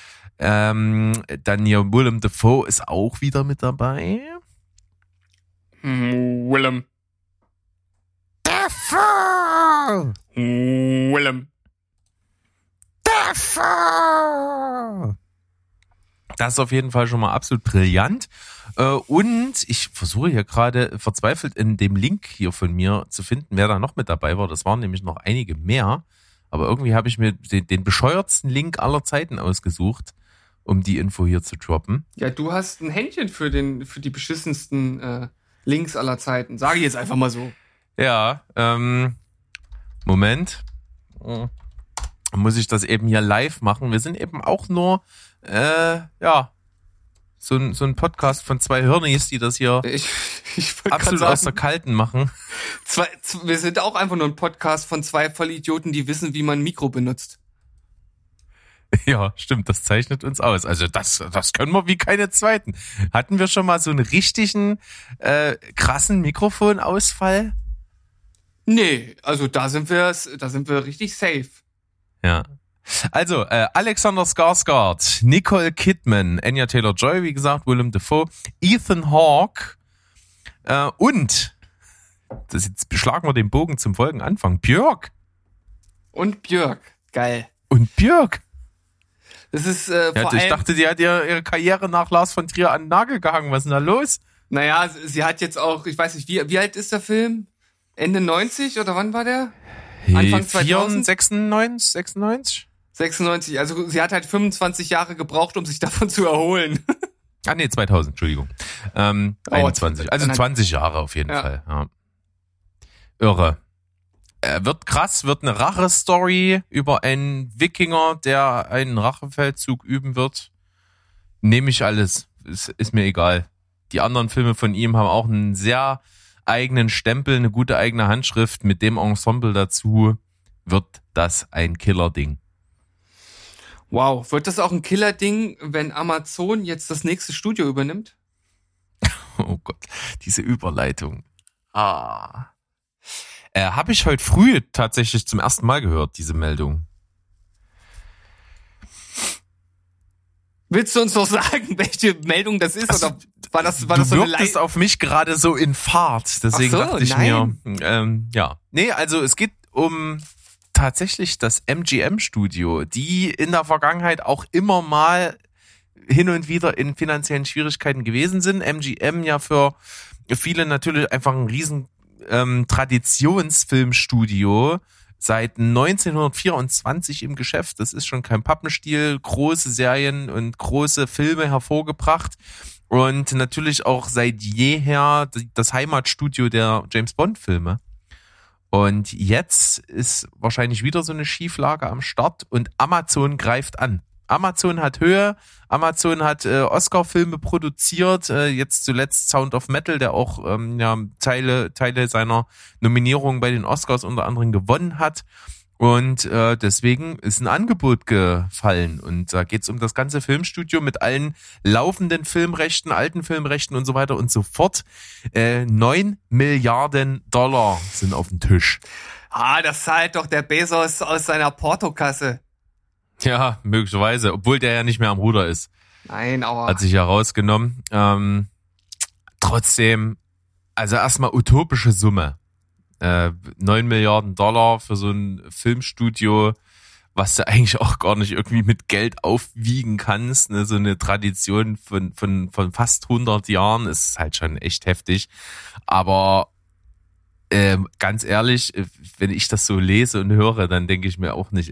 dann hier Willem Dafoe ist auch wieder mit dabei. Willem Dafoe! Willem Dafoe! Das ist auf jeden Fall schon mal absolut brillant. Und ich versuche hier gerade verzweifelt in dem Link hier von mir zu finden, wer da noch mit dabei war. Das waren nämlich noch einige mehr. Aber irgendwie habe ich mir den bescheuertsten Link aller Zeiten ausgesucht, um die Info hier zu droppen. Ja, du hast ein Händchen für die beschissensten Links aller Zeiten. Sage ich jetzt einfach mal so. Ja, Moment. Muss ich das eben hier live machen? Wir sind eben auch nur, so ein Podcast von zwei Hirnis, die das hier Ich absolut sagen, aus der Kalten machen. wir sind auch einfach nur ein Podcast von zwei Vollidioten, die wissen, wie man ein Mikro benutzt. Ja, stimmt, das zeichnet uns aus. Also das können wir wie keine zweiten. Hatten wir schon mal so einen richtigen, krassen Mikrofonausfall? Nee, also da sind wir richtig safe. Ja. Also, Alexander Skarsgård, Nicole Kidman, Anya Taylor-Joy, wie gesagt, Willem Dafoe, Ethan Hawke und, jetzt beschlagen wir den Bogen zum Folgenanfang, Björk. Und Björk. Geil. Und Björk. Das ist Ja, ich dachte, die hat ihre Karriere nach Lars von Trier an den Nagel gehangen. Was ist denn da los? Naja, sie hat jetzt auch, ich weiß nicht, wie alt ist der Film? Ende 90 oder wann war der? Anfang 2000? 96? 96, also sie hat halt 25 Jahre gebraucht, um sich davon zu erholen. Ah nee, 2000, Entschuldigung. 21, also 20 Jahre auf jeden Fall. Ja. Irre. Wird krass, wird eine Rache-Story über einen Wikinger, der einen Rachefeldzug üben wird. Nehme ich alles. Ist mir egal. Die anderen Filme von ihm haben auch einen sehr eigenen Stempel, eine gute eigene Handschrift. Mit dem Ensemble dazu wird das ein Killer-Ding. Wow, wird das auch ein Killer-Ding, wenn Amazon jetzt das nächste Studio übernimmt? Oh Gott, diese Überleitung. Habe ich heute früh tatsächlich zum ersten Mal gehört, diese Meldung. Willst du uns noch sagen, welche Meldung das ist? Also, oder war das so eine eine wirktest auf mich gerade so in Fahrt. Deswegen dachte ich mir, ja. Nee, also es geht um tatsächlich das MGM-Studio, die in der Vergangenheit auch immer mal hin und wieder in finanziellen Schwierigkeiten gewesen sind. MGM ja für viele natürlich einfach ein riesen Traditionsfilmstudio, seit 1924 im Geschäft. Das ist schon kein Pappenstiel, große Serien und große Filme hervorgebracht und natürlich auch seit jeher das Heimatstudio der James-Bond-Filme. Und jetzt ist wahrscheinlich wieder so eine Schieflage am Start und Amazon greift an. Amazon hat Höhe, Amazon hat Oscar-Filme produziert, jetzt zuletzt Sound of Metal, der auch Teile seiner Nominierungen bei den Oscars unter anderem gewonnen hat. Und deswegen ist ein Angebot gefallen. Und da geht's um das ganze Filmstudio mit allen laufenden Filmrechten, alten Filmrechten und so weiter und so fort. 9 Milliarden Dollar sind auf dem Tisch. Das zahlt doch der Bezos aus seiner Portokasse. Ja, möglicherweise, obwohl der ja nicht mehr am Ruder ist. Nein, aber... Hat sich ja rausgenommen. Trotzdem, also erstmal utopische Summe. 9 Milliarden Dollar für so ein Filmstudio, was du eigentlich auch gar nicht irgendwie mit Geld aufwiegen kannst. Ne? So eine Tradition von fast 100 Jahren ist halt schon echt heftig. Aber ganz ehrlich, wenn ich das so lese und höre, dann denke ich mir auch nicht,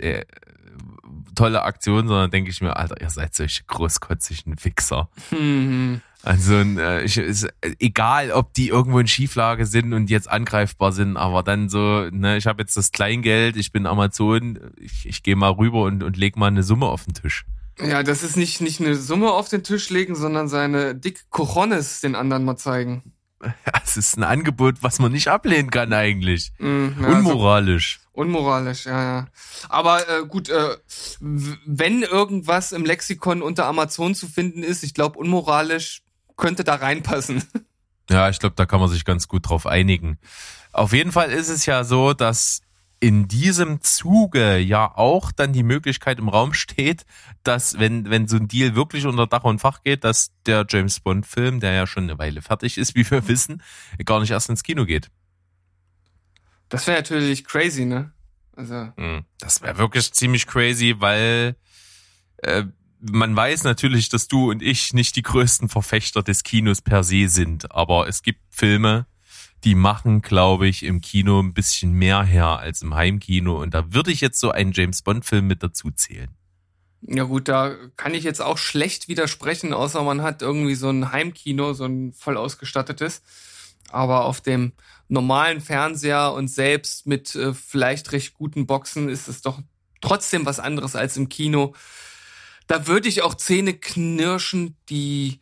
tolle Aktion, sondern denke ich mir, Alter, ihr seid solche großkotzigen Wichser. Also ist egal, ob die irgendwo in Schieflage sind und jetzt angreifbar sind, aber dann so, ne, ich habe jetzt das Kleingeld, ich bin Amazon, ich gehe mal rüber und leg mal eine Summe auf den Tisch. Ja, das ist nicht eine Summe auf den Tisch legen, sondern seine dick Cojones den anderen mal zeigen. Ja, es ist ein Angebot, was man nicht ablehnen kann eigentlich. Ja, unmoralisch. Also, unmoralisch, ja. Aber gut, wenn irgendwas im Lexikon unter Amazon zu finden ist, ich glaube, unmoralisch könnte da reinpassen. Ja, ich glaube, da kann man sich ganz gut drauf einigen. Auf jeden Fall ist es ja so, dass in diesem Zuge ja auch dann die Möglichkeit im Raum steht, dass wenn so ein Deal wirklich unter Dach und Fach geht, dass der James-Bond-Film, der ja schon eine Weile fertig ist, wie wir wissen, gar nicht erst ins Kino geht. Das wäre natürlich crazy, ne? Also das wäre wirklich ziemlich crazy, weil man weiß natürlich, dass du und ich nicht die größten Verfechter des Kinos per se sind, aber es gibt Filme, die machen, glaube ich, im Kino ein bisschen mehr her als im Heimkino und da würde ich jetzt so einen James-Bond-Film mit dazu zählen. Ja gut, da kann ich jetzt auch schlecht widersprechen, außer man hat irgendwie so ein Heimkino, so ein voll ausgestattetes. Aber auf dem normalen Fernseher und selbst mit vielleicht recht guten Boxen ist es doch trotzdem was anderes als im Kino. Da würde ich auch zähneknirschend die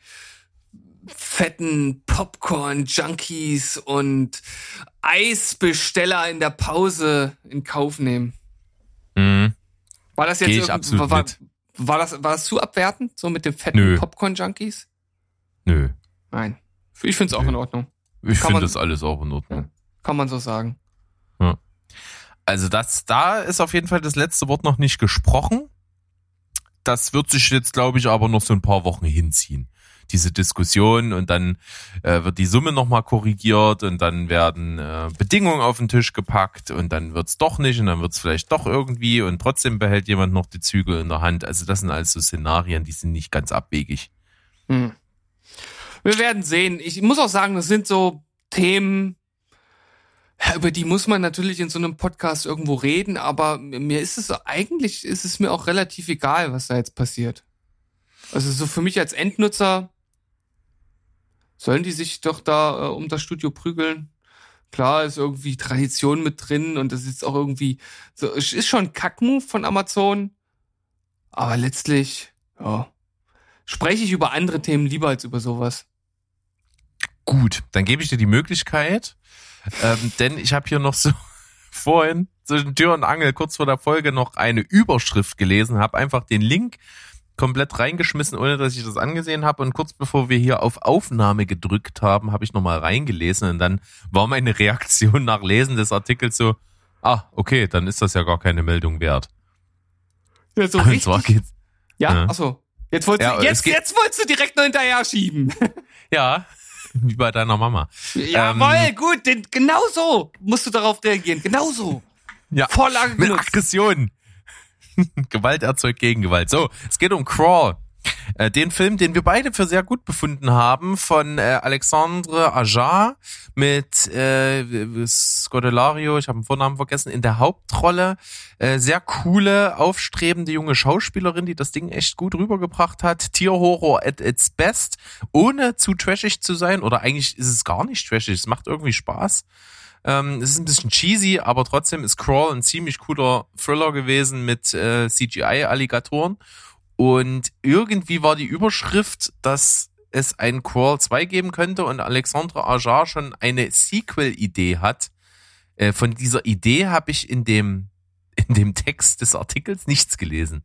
fetten Popcorn-Junkies und Eisbesteller in der Pause in Kauf nehmen. Mhm. War das jetzt war das zu abwertend, so mit den fetten Popcorn-Junkies? Nö. Nein. Ich finde es auch in Ordnung. Ich finde das alles auch in Ordnung. Ja, kann man so sagen. Ja. Also da ist auf jeden Fall das letzte Wort noch nicht gesprochen. Das wird sich jetzt, glaube ich, aber noch so ein paar Wochen hinziehen. Diese Diskussion und dann wird die Summe nochmal korrigiert und dann werden Bedingungen auf den Tisch gepackt und dann wird's doch nicht und dann wird's vielleicht doch irgendwie und trotzdem behält jemand noch die Zügel in der Hand. Also das sind alles so Szenarien, die sind nicht ganz abwegig. Wir werden sehen. Ich muss auch sagen, das sind so Themen, über die muss man natürlich in so einem Podcast irgendwo reden, aber mir ist es eigentlich, ist es mir auch relativ egal, was da jetzt passiert. Also so für mich als Endnutzer sollen die sich doch da um das Studio prügeln. Klar, ist irgendwie Tradition mit drin und das ist auch irgendwie, so, ist schon ein Kackmove von Amazon, aber letztlich, ja, spreche ich über andere Themen lieber als über sowas. Gut, dann gebe ich dir die Möglichkeit, denn ich habe hier noch so vorhin zwischen Tür und Angel kurz vor der Folge noch eine Überschrift gelesen, habe einfach den Link komplett reingeschmissen, ohne dass ich das angesehen habe und kurz bevor wir hier auf Aufnahme gedrückt haben, habe ich nochmal reingelesen und dann war meine Reaktion nach Lesen des Artikels so, okay, dann ist das ja gar keine Meldung wert. Ja, so und richtig. Zwar geht's, Achso. Jetzt wolltest du direkt noch hinterher schieben. Ja, wie bei deiner Mama. Jawohl, gut, genau so musst du darauf reagieren, genau so. Ja, Vorlage mit Aggression. Gewalt erzeugt Gegengewalt. So, es geht um Crawl. Den Film, den wir beide für sehr gut befunden haben, von Alexandre Aja mit Scodelario, ich habe den Vornamen vergessen, in der Hauptrolle. Sehr coole, aufstrebende junge Schauspielerin, die das Ding echt gut rübergebracht hat. Tierhorror at its best, ohne zu trashig zu sein. Oder eigentlich ist es gar nicht trashig, es macht irgendwie Spaß. Es ist ein bisschen cheesy, aber trotzdem ist Crawl ein ziemlich cooler Thriller gewesen mit CGI-Alligatoren. Und irgendwie war die Überschrift, dass es ein Crawl 2 geben könnte und Alexandre Aja schon eine Sequel-Idee hat. Von dieser Idee habe ich in dem Text des Artikels nichts gelesen.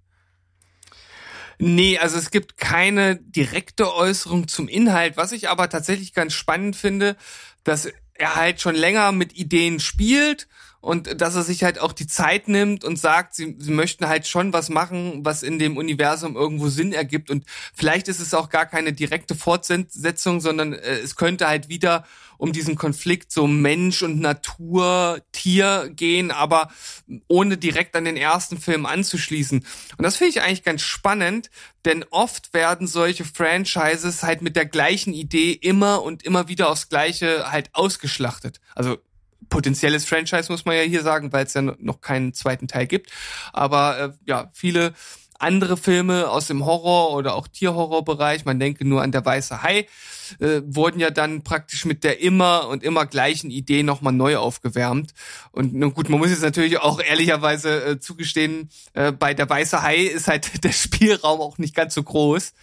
Nee, also es gibt keine direkte Äußerung zum Inhalt, was ich aber tatsächlich ganz spannend finde, dass er halt schon länger mit Ideen spielt und dass er sich halt auch die Zeit nimmt und sagt, sie möchten halt schon was machen, was in dem Universum irgendwo Sinn ergibt und vielleicht ist es auch gar keine direkte Fortsetzung, sondern es könnte halt wieder um diesen Konflikt so Mensch und Natur, Tier gehen, aber ohne direkt an den ersten Film anzuschließen. Und das finde ich eigentlich ganz spannend, denn oft werden solche Franchises halt mit der gleichen Idee immer und immer wieder aufs Gleiche halt ausgeschlachtet. Also potenzielles Franchise muss man ja hier sagen, weil es ja noch keinen zweiten Teil gibt. Aber viele andere Filme aus dem Horror- oder auch Tierhorrorbereich, man denke nur an Der weiße Hai, wurden ja dann praktisch mit der immer und immer gleichen Idee nochmal neu aufgewärmt. Und nun gut, man muss jetzt natürlich auch ehrlicherweise zugestehen, bei Der weiße Hai ist halt der Spielraum auch nicht ganz so groß,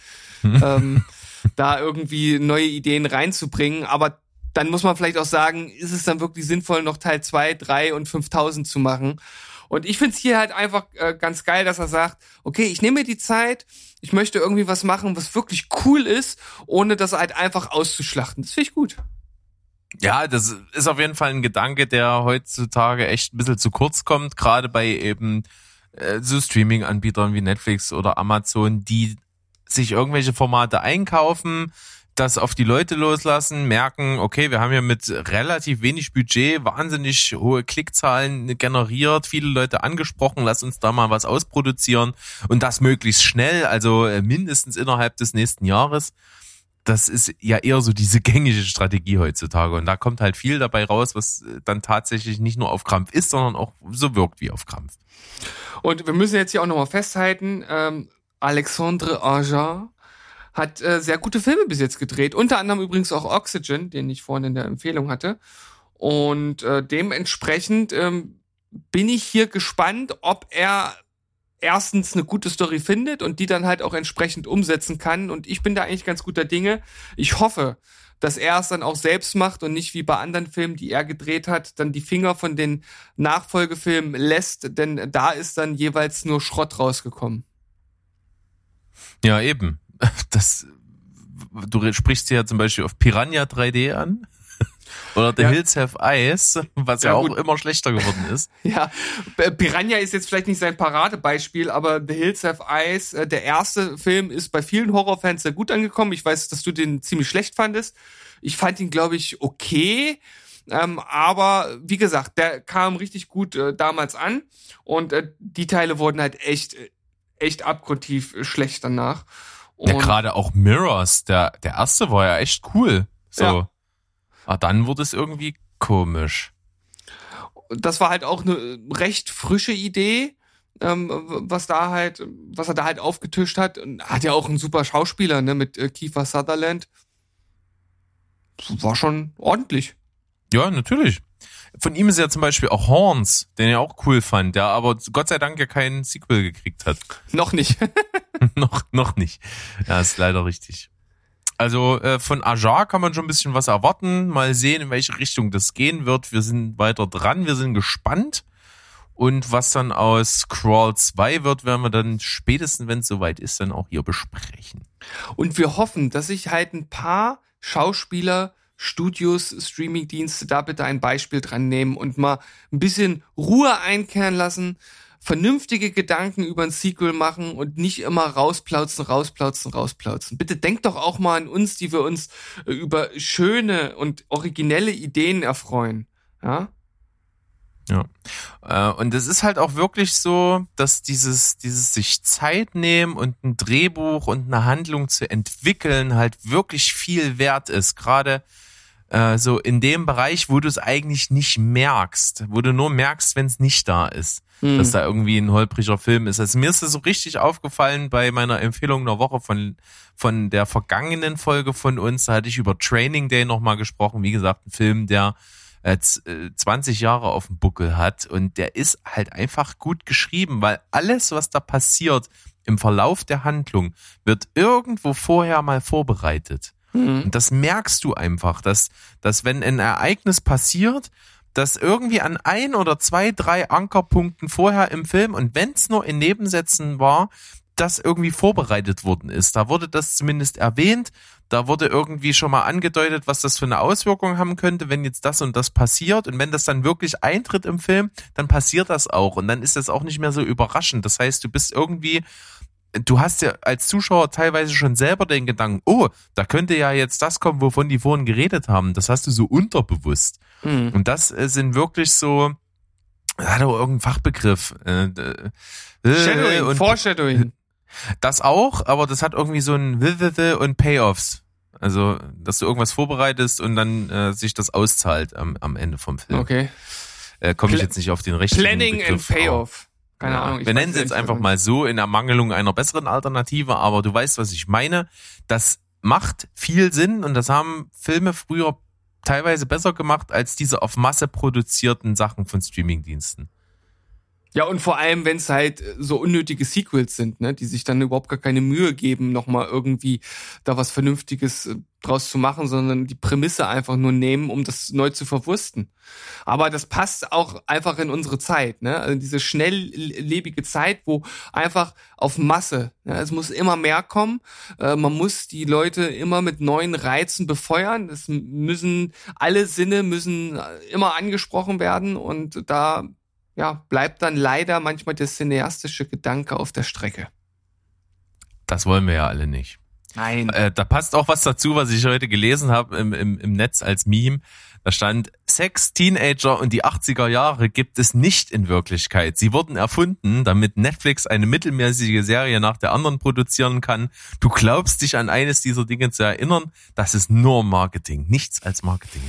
da irgendwie neue Ideen reinzubringen. Aber dann muss man vielleicht auch sagen, ist es dann wirklich sinnvoll, noch Teil 2, 3 und 5000 zu machen? Und ich find's hier halt einfach ganz geil, dass er sagt, okay, ich nehme mir die Zeit, ich möchte irgendwie was machen, was wirklich cool ist, ohne das halt einfach auszuschlachten. Das finde ich gut. Ja, das ist auf jeden Fall ein Gedanke, der heutzutage echt ein bisschen zu kurz kommt, gerade bei eben so Streaming-Anbietern wie Netflix oder Amazon, die sich irgendwelche Formate einkaufen, das auf die Leute loslassen, merken, okay, wir haben ja mit relativ wenig Budget wahnsinnig hohe Klickzahlen generiert, viele Leute angesprochen, lass uns da mal was ausproduzieren und das möglichst schnell, also mindestens innerhalb des nächsten Jahres. Das ist ja eher so diese gängige Strategie heutzutage und da kommt halt viel dabei raus, was dann tatsächlich nicht nur auf Krampf ist, sondern auch so wirkt wie auf Krampf. Und wir müssen jetzt hier auch nochmal festhalten, Alexandre Aja hat sehr gute Filme bis jetzt gedreht, unter anderem übrigens auch Oxygen, den ich vorhin in der Empfehlung hatte. Und dementsprechend bin ich hier gespannt, ob er erstens eine gute Story findet und die dann halt auch entsprechend umsetzen kann. Und ich bin da eigentlich ganz guter Dinge. Ich hoffe, dass er es dann auch selbst macht und nicht wie bei anderen Filmen, die er gedreht hat, dann die Finger von den Nachfolgefilmen lässt, denn da ist dann jeweils nur Schrott rausgekommen. Ja, eben. Du sprichst ja zum Beispiel auf Piranha 3D an oder The Hills Have Eyes, was ja auch gut. Immer schlechter geworden ist. Ja, Piranha ist jetzt vielleicht nicht sein Paradebeispiel, aber The Hills Have Eyes, der erste Film, ist bei vielen Horrorfans sehr gut angekommen. Ich weiß, dass du den ziemlich schlecht fandest. Ich fand ihn, glaube ich, okay. Aber wie gesagt, der kam richtig gut damals an und die Teile wurden halt echt abgrundtief schlecht danach. Ja, gerade auch Mirrors, der erste war ja echt cool. So. Ja. Aber dann wurde es irgendwie komisch. Das war halt auch eine recht frische Idee, was er da halt aufgetischt hat. Und hat ja auch einen super Schauspieler, ne, mit Kiefer Sutherland. War schon ordentlich. Ja, natürlich. Von ihm ist ja zum Beispiel auch Horns, den ich auch cool fand, der aber Gott sei Dank ja keinen Sequel gekriegt hat. Noch nicht. noch nicht. Ja, ist leider richtig. Also von Aja kann man schon ein bisschen was erwarten. Mal sehen, in welche Richtung das gehen wird. Wir sind weiter dran, wir sind gespannt. Und was dann aus Crawl 2 wird, werden wir dann spätestens, wenn es soweit ist, dann auch hier besprechen. Und wir hoffen, dass sich halt ein paar Schauspieler, Studios, Streamingdienste da bitte ein Beispiel dran nehmen und mal ein bisschen Ruhe einkehren lassen, vernünftige Gedanken über ein Sequel machen und nicht immer rausplauzen. Bitte denkt doch auch mal an uns, die wir uns über schöne und originelle Ideen erfreuen. Ja? Ja. Und es ist halt auch wirklich so, dass dieses sich Zeit nehmen und ein Drehbuch und eine Handlung zu entwickeln halt wirklich viel wert ist. Gerade so in dem Bereich, wo du es eigentlich nicht merkst, wo du nur merkst, wenn es nicht da ist, dass da irgendwie ein holpriger Film ist. Also mir ist das so richtig aufgefallen bei meiner Empfehlung der Woche von der vergangenen Folge von uns. Da hatte ich über Training Day nochmal gesprochen. Wie gesagt, ein Film, der 20 Jahre auf dem Buckel hat und der ist halt einfach gut geschrieben, weil alles, was da passiert im Verlauf der Handlung, wird irgendwo vorher mal vorbereitet. Und das merkst du einfach, dass wenn ein Ereignis passiert, dass irgendwie an 1 oder 2, 3 Ankerpunkten vorher im Film und wenn es nur in Nebensätzen war, das irgendwie vorbereitet worden ist. Da wurde das zumindest erwähnt, da wurde irgendwie schon mal angedeutet, was das für eine Auswirkung haben könnte, wenn jetzt das und das passiert und wenn das dann wirklich eintritt im Film, dann passiert das auch und dann ist das auch nicht mehr so überraschend. Das heißt, du hast ja als Zuschauer teilweise schon selber den Gedanken, oh, da könnte ja jetzt das kommen, wovon die vorhin geredet haben. Das hast du so unterbewusst. Und das sind wirklich so, hat auch irgendeinen Fachbegriff. Shadowing, Foreshadowing. Das auch, aber das hat irgendwie so ein und Payoffs. Also, dass du irgendwas vorbereitest und dann sich das auszahlt am Ende vom Film. Okay. Komme ich jetzt nicht auf den richtigen Planning Begriff. And Payoff. Keine Ahnung. Wir nennen es jetzt einfach mal so in Ermangelung einer besseren Alternative, aber du weißt, was ich meine. Das macht viel Sinn und das haben Filme früher teilweise besser gemacht als diese auf Masse produzierten Sachen von Streamingdiensten. Ja, und vor allem, wenn es halt so unnötige Sequels sind, ne, die sich dann überhaupt gar keine Mühe geben, nochmal irgendwie da was Vernünftiges draus zu machen, sondern die Prämisse einfach nur nehmen, um das neu zu verwursten. Aber das passt auch einfach in unsere Zeit, ne? Also diese schnelllebige Zeit, wo einfach auf Masse, ja, es muss immer mehr kommen, man muss die Leute immer mit neuen Reizen befeuern, alle Sinne müssen immer angesprochen werden und da bleibt dann leider manchmal der cineastische Gedanke auf der Strecke. Das wollen wir ja alle nicht. Nein. Da passt auch was dazu, was ich heute gelesen habe im Netz als Meme. Da stand, Sex, Teenager und die 80er Jahre gibt es nicht in Wirklichkeit. Sie wurden erfunden, damit Netflix eine mittelmäßige Serie nach der anderen produzieren kann. Du glaubst dich an eines dieser Dinge zu erinnern, das ist nur Marketing, nichts als Marketing.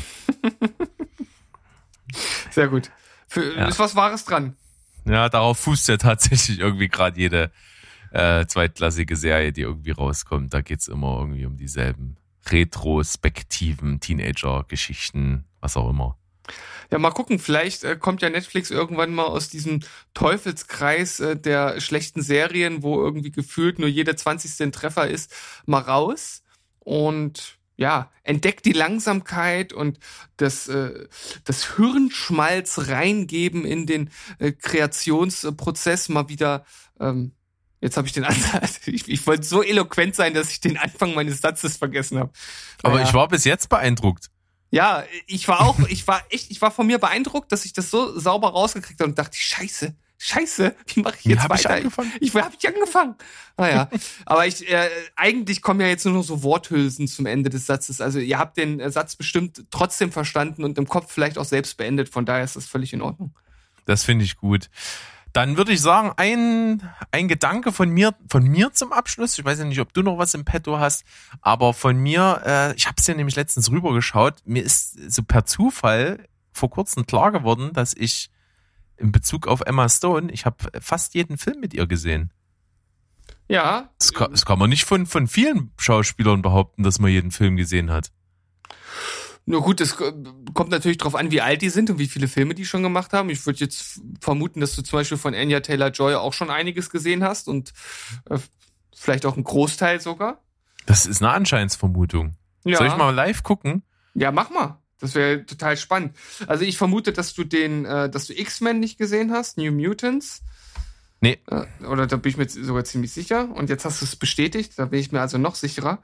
Sehr gut. Ist was Wahres dran. Ja, darauf fußt ja tatsächlich irgendwie gerade jede zweitklassige Serie, die irgendwie rauskommt. Da geht's immer irgendwie um dieselben retrospektiven Teenager-Geschichten, was auch immer. Ja, mal gucken, vielleicht kommt ja Netflix irgendwann mal aus diesem Teufelskreis der schlechten Serien, wo irgendwie gefühlt nur jeder 20. ein Treffer ist, mal raus und ja, entdeckt die Langsamkeit und das Hirnschmalz reingeben in den Kreationsprozess mal wieder. Jetzt habe ich den Ansatz. Ich wollte so eloquent sein, dass ich den Anfang meines Satzes vergessen habe. Aber ich war bis jetzt beeindruckt. Ja, ich war von mir beeindruckt, dass ich das so sauber rausgekriegt habe und dachte, Scheiße, wie mache ich jetzt weiter? Wie habe ich angefangen? Naja, aber eigentlich kommen ja jetzt nur noch so Worthülsen zum Ende des Satzes. Also ihr habt den Satz bestimmt trotzdem verstanden und im Kopf vielleicht auch selbst beendet. Von daher ist das völlig in Ordnung. Das finde ich gut. Dann würde ich sagen, ein Gedanke von mir zum Abschluss. Ich weiß ja nicht, ob du noch was im Petto hast, aber von mir, ich habe es ja nämlich letztens rübergeschaut, mir ist so per Zufall vor kurzem klar geworden, dass ich in Bezug auf Emma Stone, ich habe fast jeden Film mit ihr gesehen. Ja. Das kann man nicht von vielen Schauspielern behaupten, dass man jeden Film gesehen hat. Nur gut, es kommt natürlich drauf an, wie alt die sind und wie viele Filme die schon gemacht haben. Ich würde jetzt vermuten, dass du zum Beispiel von Anya Taylor-Joy auch schon einiges gesehen hast und vielleicht auch einen Großteil sogar. Das ist eine Anscheinsvermutung. Ja. Soll ich mal live gucken? Ja, mach mal. Das wäre total spannend. Also ich vermute, dass du dass du X-Men nicht gesehen hast, New Mutants. Nee. Oder da bin ich mir sogar ziemlich sicher. Und jetzt hast du es bestätigt, da bin ich mir also noch sicherer.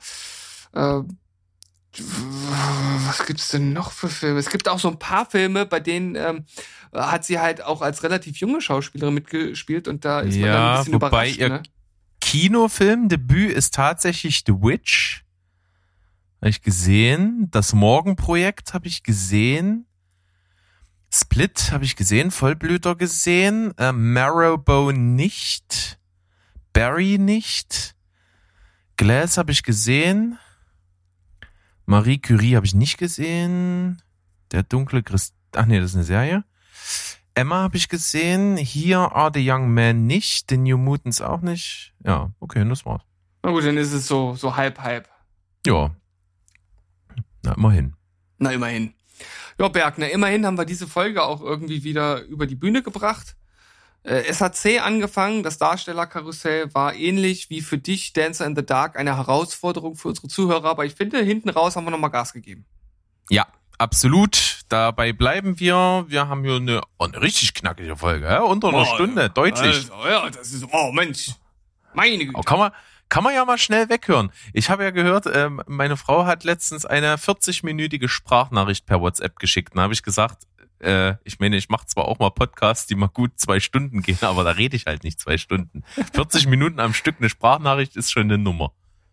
Was gibt's denn noch für Filme? Es gibt auch so ein paar Filme, bei denen hat sie halt auch als relativ junge Schauspielerin mitgespielt und da ist man dann ein bisschen überrascht. Ihr Kinofilmdebüt ist tatsächlich The Witch. Habe ich gesehen. Das Morgenprojekt habe ich gesehen. Split habe ich gesehen. Vollblüter gesehen. Marrowbone nicht. Barry nicht. Glass habe ich gesehen. Marie Curie habe ich nicht gesehen. Der dunkle Christ... Ach nee, das ist eine Serie. Emma habe ich gesehen. Here Are the Young Men nicht. The New Mutants auch nicht. Ja, okay, das war's. Na gut, dann ist es so halb. Ja. Na, immerhin. Ja, Berg, immerhin haben wir diese Folge auch irgendwie wieder über die Bühne gebracht. Es hat zäh angefangen, das Darstellerkarussell war ähnlich wie für dich Dancer in the Dark eine Herausforderung für unsere Zuhörer, aber ich finde, hinten raus haben wir nochmal Gas gegeben. Ja, absolut. Dabei bleiben wir. Wir haben hier eine richtig knackige Folge, ja? Unter einer Stunde, deutlich. Also, ja, das ist, Mensch, meine Güte. Kann man ja mal schnell weghören. Ich habe ja gehört, meine Frau hat letztens eine 40-minütige Sprachnachricht per WhatsApp geschickt. Da habe ich gesagt, ich mache zwar auch mal Podcasts, die mal gut 2 Stunden gehen, aber da rede ich halt nicht 2 Stunden. 40 Minuten am Stück eine Sprachnachricht ist schon eine Nummer.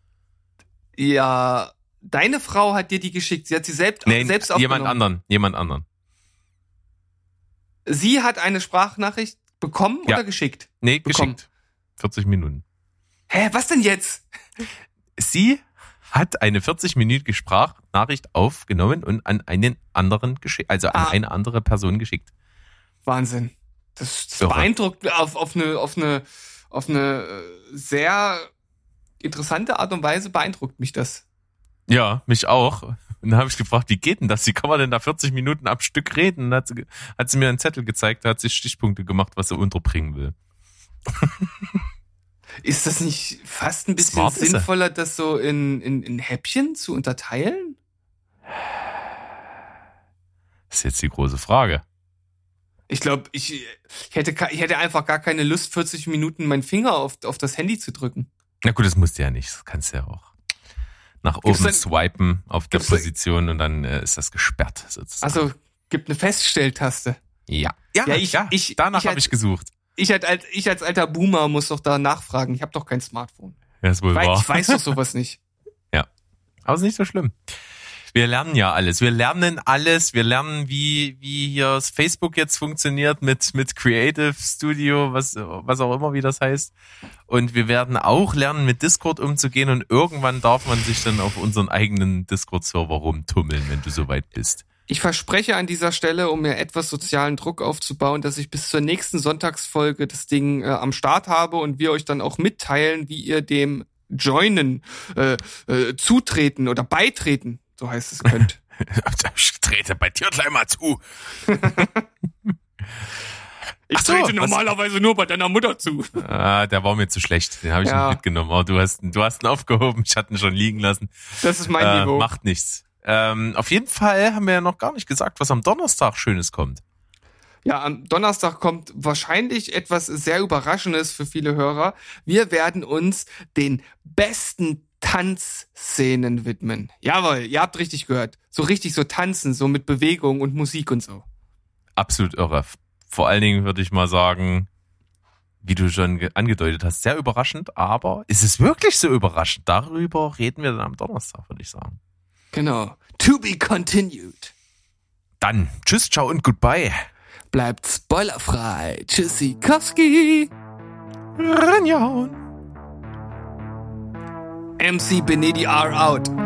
Ja, deine Frau hat dir die geschickt. Sie hat sie selbst aufgenommen. Jemand anderen. Sie hat eine Sprachnachricht bekommen oder geschickt? Nee, geschickt. 40 Minuten. Hä, was denn jetzt? Sie hat eine 40-minütige Sprachnachricht aufgenommen und an einen anderen geschickt, also an eine andere Person geschickt. Wahnsinn. Das beeindruckt auf eine sehr interessante Art und Weise beeindruckt mich das. Ja, mich auch. Und dann habe ich gefragt, wie geht denn das? Wie kann man denn da 40 Minuten am Stück reden? Und dann hat sie mir einen Zettel gezeigt, da hat sie Stichpunkte gemacht, was sie unterbringen will. Ist das nicht fast ein bisschen sinnvoller, das so in Häppchen zu unterteilen? Das ist jetzt die große Frage. Ich glaube, ich hätte einfach gar keine Lust, 40 Minuten meinen Finger auf das Handy zu drücken. Na gut, das musst du ja nicht. Das kannst du ja auch nach oben swipen auf der Position und dann ist das gesperrt sozusagen. Also, gibt eine Feststelltaste. Ja. Danach habe ich gesucht. Ich als alter Boomer muss doch da nachfragen. Ich habe doch kein Smartphone. Ja, ist wohl wahr. Ich weiß doch sowas nicht. Aber ist nicht so schlimm. Wir lernen ja alles. Wir lernen, wie hier das Facebook jetzt funktioniert mit Creative Studio, was auch immer, wie das heißt. Und wir werden auch lernen, mit Discord umzugehen. Und irgendwann darf man sich dann auf unseren eigenen Discord-Server rumtummeln, wenn du soweit bist. Ich verspreche an dieser Stelle, um mir etwas sozialen Druck aufzubauen, dass ich bis zur nächsten Sonntagsfolge das Ding am Start habe und wir euch dann auch mitteilen, wie ihr dem Joinen, zutreten oder beitreten, so heißt es, könnt. Ich trete bei dir gleich mal zu. Ich trete normalerweise nur bei deiner Mutter zu. Der war mir zu schlecht. Den habe ich nicht mitgenommen. Aber du hast ihn aufgehoben. Ich hatte ihn schon liegen lassen. Das ist mein Niveau. Macht nichts. Auf jeden Fall haben wir ja noch gar nicht gesagt, was am Donnerstag Schönes kommt. Ja, am Donnerstag kommt wahrscheinlich etwas sehr Überraschendes für viele Hörer. Wir werden uns den besten Tanzszenen widmen. Jawohl, ihr habt richtig gehört. So richtig so tanzen, so mit Bewegung und Musik und so. Absolut irre. Vor allen Dingen würde ich mal sagen, wie du schon angedeutet hast, sehr überraschend. Aber ist es wirklich so überraschend? Darüber reden wir dann am Donnerstag, würde ich sagen. Genau. To be continued. Dann tschüss, ciao und goodbye. Bleibt spoilerfrei. Tschüssikowski. Reinjauen. MC Benedi R out.